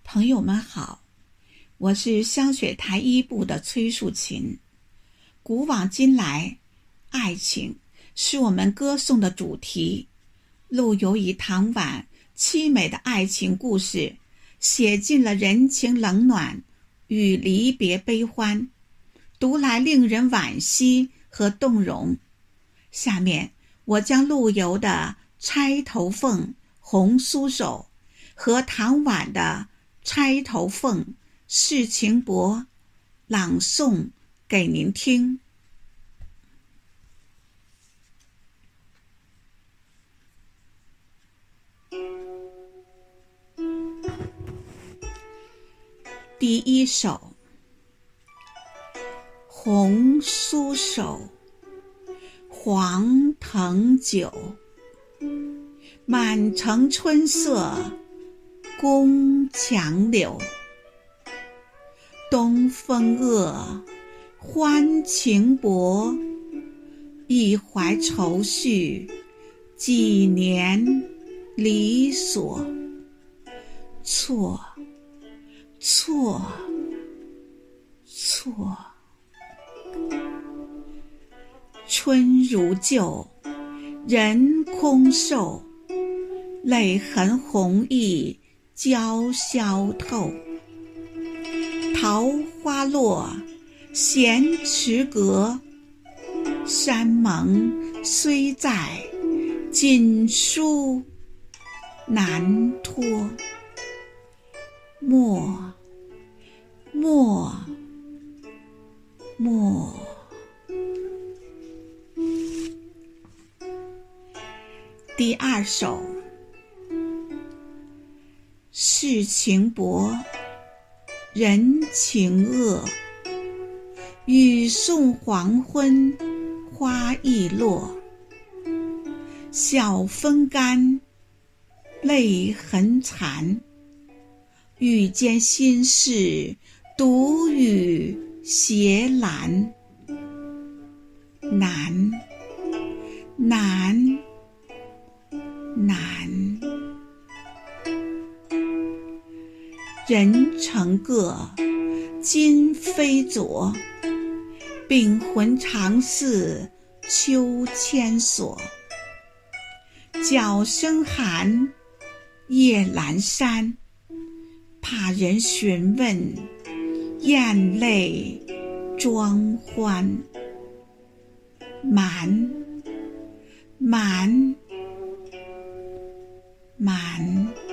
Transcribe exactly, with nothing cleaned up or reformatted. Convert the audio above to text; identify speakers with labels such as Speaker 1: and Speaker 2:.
Speaker 1: 朋友们好，我是香雪台一部的崔树琴。古往今来，爱情是我们歌颂的主题。陆游以唐婉凄美的爱情故事，写尽了人情冷暖与离别悲欢，读来令人惋惜和动容。下面我将陆游的《钗头凤》《红酥手》和唐婉的《钗头凤》《世情薄》朗诵给您听。第一首，红酥手，黄藤酒，满城春色宫墙柳。东风恶，欢情薄，一怀愁绪，几年离索。错，错，错。春如旧，人空瘦，泪痕红浥鲛绡透。桃花落，闲池阁，山盟虽在，锦书难托。莫，莫，莫。第二首，世情薄，人情恶，雨送黄昏花易落。晓风干，泪痕残，欲笺心事，独语斜阑。难，难，难。人成各，今非昨，秉魂常似秋千索。角声寒，夜阑珊，怕人询问，咽泪装欢。满，满，满。